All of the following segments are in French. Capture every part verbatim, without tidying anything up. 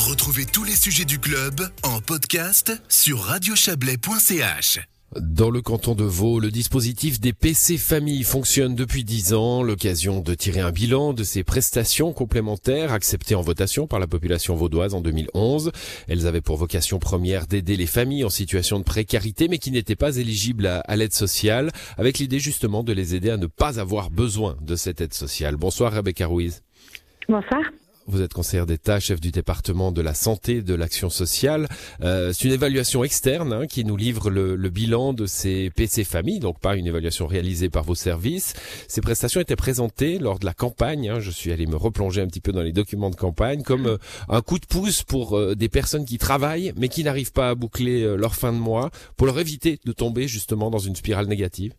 Retrouvez tous les sujets du club en podcast sur radio chablais point c h. Dans le canton de Vaud, le dispositif des P C Famille fonctionne depuis dix ans, l'occasion de tirer un bilan de ces prestations complémentaires acceptées en votation par la population vaudoise en deux mille onze. Elles avaient pour vocation première d'aider les familles en situation de précarité mais qui n'étaient pas éligibles à, à l'aide sociale, avec l'idée justement de les aider à ne pas avoir besoin de cette aide sociale. Bonsoir Rebecca Ruiz. Bonsoir. Vous êtes conseillère d'État, chef du département de la santé et de l'action sociale. Euh, c'est une évaluation externe hein, qui nous livre le, le bilan de ces P C Familles, donc pas une évaluation réalisée par vos services. Ces prestations étaient présentées lors de la campagne. Hein, je suis allé me replonger un petit peu dans les documents de campagne, comme euh, un coup de pouce pour euh, des personnes qui travaillent mais qui n'arrivent pas à boucler euh, leur fin de mois, pour leur éviter de tomber justement dans une spirale négative.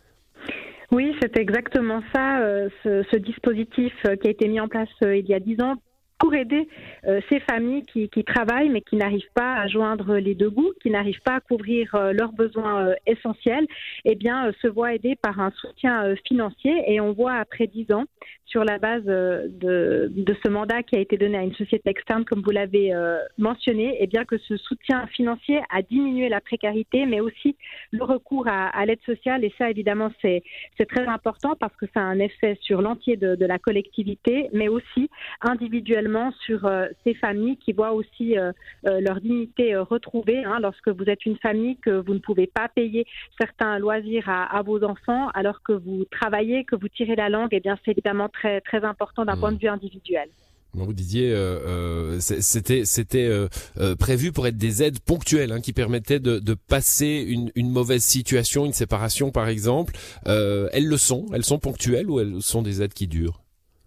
Oui, c'est exactement ça, euh, ce, ce dispositif euh, qui a été mis en place euh, il y a dix ans pour aider euh, ces familles qui, qui travaillent mais qui n'arrivent pas à joindre les deux bouts, qui n'arrivent pas à couvrir euh, leurs besoins euh, essentiels, eh bien, euh, se voient aider par un soutien euh, financier. Et on voit après dix ans, sur la base euh, de, de ce mandat qui a été donné à une société externe, comme vous l'avez euh, mentionné, eh bien que ce soutien financier a diminué la précarité, mais aussi le recours à, à l'aide sociale. Et ça, évidemment, c'est, c'est très important parce que ça a un effet sur l'entier de, de la collectivité, mais aussi individuellement sur euh, ces familles qui voient aussi euh, euh, leur dignité euh, retrouvée. Hein, lorsque vous êtes une famille, que vous ne pouvez pas payer certains loisirs à, à vos enfants, alors que vous travaillez, que vous tirez la langue, eh bien c'est évidemment très très important d'un mmh. point de vue individuel. Vous disiez, euh, euh, c'était c'était euh, euh, prévu pour être des aides ponctuelles hein, qui permettaient de, de passer une, une mauvaise situation, une séparation par exemple. Euh, elles le sont, elles sont ponctuelles ou elles sont des aides qui durent?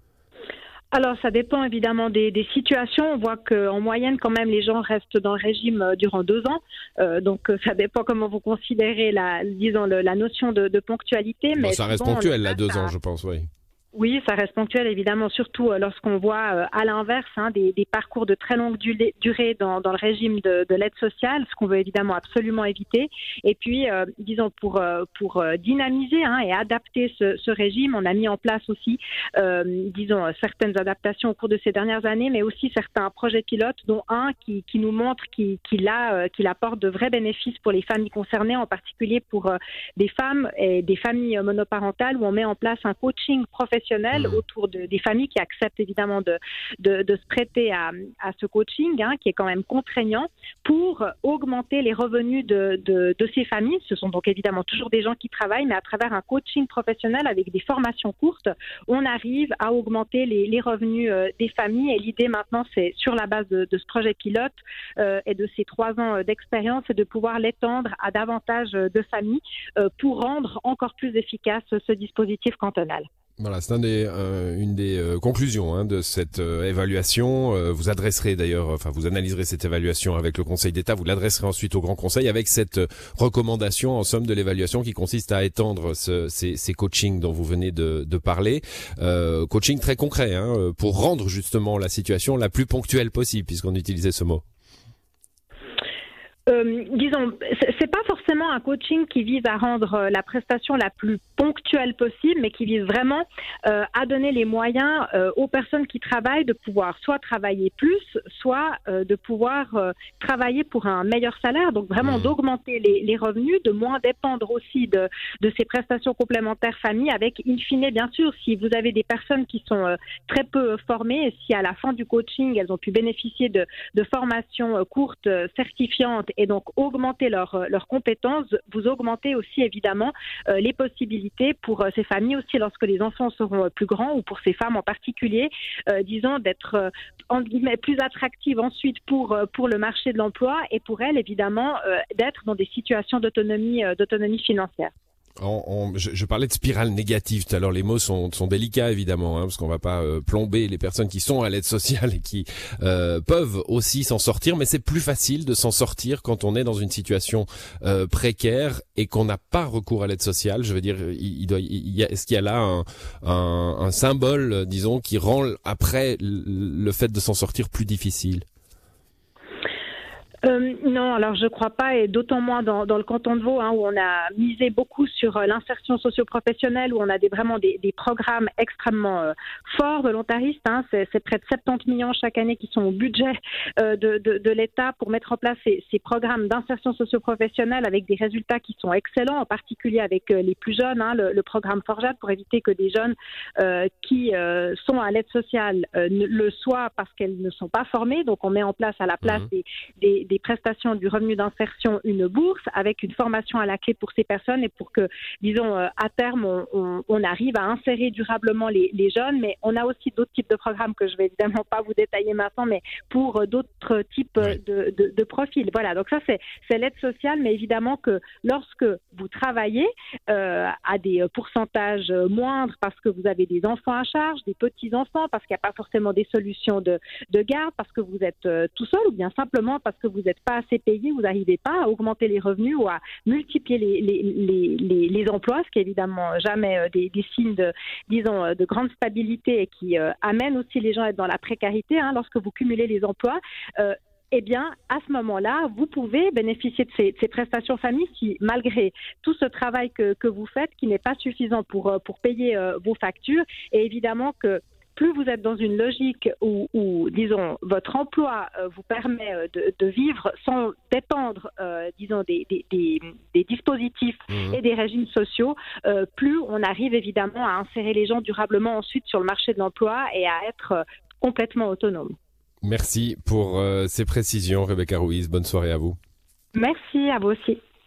Alors, ça dépend évidemment des, des situations. On voit qu'en moyenne, quand même, les gens restent dans le régime durant deux ans. Euh, donc, ça dépend comment vous considérez la, disons, le, la notion de, de ponctualité. Bon, mais ça reste ponctuel, là, deux ans, je pense, oui. Oui, ça reste ponctuel, évidemment, surtout lorsqu'on voit euh, à l'inverse hein, des, des parcours de très longue durée dans, dans le régime de, de l'aide sociale, ce qu'on veut évidemment absolument éviter. Et puis, euh, disons, pour, euh, pour euh, dynamiser hein, et adapter ce, ce régime, on a mis en place aussi, euh, disons, certaines adaptations au cours de ces dernières années, mais aussi certains projets pilotes, dont un qui, qui nous montre qu'il, qu'il, a, euh, qu'il apporte de vrais bénéfices pour les familles concernées, en particulier pour euh, des femmes et des familles monoparentales, où on met en place un coaching professionnel autour de, des familles qui acceptent évidemment de, de, de se prêter à, à ce coaching, hein, qui est quand même contraignant, pour augmenter les revenus de, de, de ces familles. Ce sont donc évidemment toujours des gens qui travaillent, mais à travers un coaching professionnel avec des formations courtes, on arrive à augmenter les, les revenus euh, des familles. Et l'idée maintenant, c'est sur la base de, de ce projet pilote euh, et de ces trois ans d'expérience, c'est de pouvoir l'étendre à davantage de familles euh, pour rendre encore plus efficace ce dispositif cantonal. Voilà, c'est un des, euh, une des euh, conclusions hein, de cette euh, évaluation. Euh, vous adresserez d'ailleurs, enfin vous analyserez cette évaluation avec le Conseil d'État, vous l'adresserez ensuite au Grand Conseil avec cette euh, recommandation en somme de l'évaluation qui consiste à étendre ce, ces, ces coachings dont vous venez de, de parler. Euh, coaching très concret hein, pour rendre justement la situation la plus ponctuelle possible puisqu'on utilisait ce mot. Euh, disons, c'est pas forcément un coaching qui vise à rendre la prestation la plus ponctuelle possible, mais qui vise vraiment euh, à donner les moyens euh, aux personnes qui travaillent de pouvoir soit travailler plus, soit euh, de pouvoir euh, travailler pour un meilleur salaire, donc vraiment mmh. d'augmenter les, les revenus, de moins dépendre aussi de, de ces prestations complémentaires famille, avec in fine, bien sûr, si vous avez des personnes qui sont euh, très peu formées, et si à la fin du coaching, elles ont pu bénéficier de, de formations euh, courtes, euh, certifiantes, et donc augmenter leurs leurs compétences, vous augmentez aussi évidemment euh, les possibilités pour euh, ces familles aussi lorsque les enfants seront euh, plus grands, ou pour ces femmes en particulier, euh, disons d'être euh, en guillemets plus attractives ensuite pour euh, pour le marché de l'emploi, et pour elles évidemment euh, d'être dans des situations d'autonomie euh, d'autonomie financière. On, on, je, je parlais de spirale négative tout à l'heure. Les mots sont, sont délicats évidemment, hein, parce qu'on va pas euh, plomber les personnes qui sont à l'aide sociale et qui euh, peuvent aussi s'en sortir. Mais c'est plus facile de s'en sortir quand on est dans une situation euh, précaire et qu'on n'a pas recours à l'aide sociale. Je veux dire, il, il doit, il y a, est-ce qu'il y a là un, un, un symbole, disons, qui rend après le fait de s'en sortir plus difficile? Euh, non, alors je ne crois pas, et d'autant moins dans, dans le canton de Vaud, hein, où on a misé beaucoup sur euh, l'insertion socio-professionnelle, où on a des, vraiment des, des programmes extrêmement euh, forts, volontaristes. Hein, c'est, c'est près de soixante-dix millions chaque année qui sont au budget euh, de, de, de l'État pour mettre en place ces, ces programmes d'insertion socio-professionnelle avec des résultats qui sont excellents, en particulier avec euh, les plus jeunes, hein, le, le programme Forjat, pour éviter que des jeunes euh, qui euh, sont à l'aide sociale euh, ne le soient parce qu'elles ne sont pas formées. Donc on met en place à la place mmh. des, des des prestations du revenu d'insertion, une bourse avec une formation à la clé pour ces personnes et pour que, disons, à terme, on, on, on arrive à insérer durablement les, les jeunes. Mais on a aussi d'autres types de programmes que je ne vais évidemment pas vous détailler maintenant, mais pour d'autres types oui. de, de, de profils. Voilà, donc ça, c'est, c'est l'aide sociale, mais évidemment que lorsque vous travaillez euh, à des pourcentages moindres parce que vous avez des enfants à charge, des petits-enfants, parce qu'il n'y a pas forcément des solutions de, de garde, parce que vous êtes euh, tout seul ou bien simplement parce que vous n'êtes pas assez payé, vous n'arrivez pas à augmenter les revenus ou à multiplier les, les, les, les, les emplois, ce qui est évidemment jamais des, des signes de, disons, de grande stabilité et qui euh, amène aussi les gens à être dans la précarité. Hein, lorsque vous cumulez les emplois, euh, eh bien, à ce moment-là, vous pouvez bénéficier de ces, de ces prestations famille si, malgré tout ce travail que, que vous faites, qui n'est pas suffisant pour, pour payer euh, vos factures, et évidemment que plus vous êtes dans une logique où, où disons, votre emploi euh, vous permet euh, de, de vivre sans dépendre, euh, disons, des, des, des, des dispositifs mmh. et des régimes sociaux, euh, plus on arrive évidemment à insérer les gens durablement ensuite sur le marché de l'emploi et à être euh, complètement autonome. Merci pour euh, ces précisions, Rebecca Ruiz. Bonne soirée à vous. Merci, à vous aussi.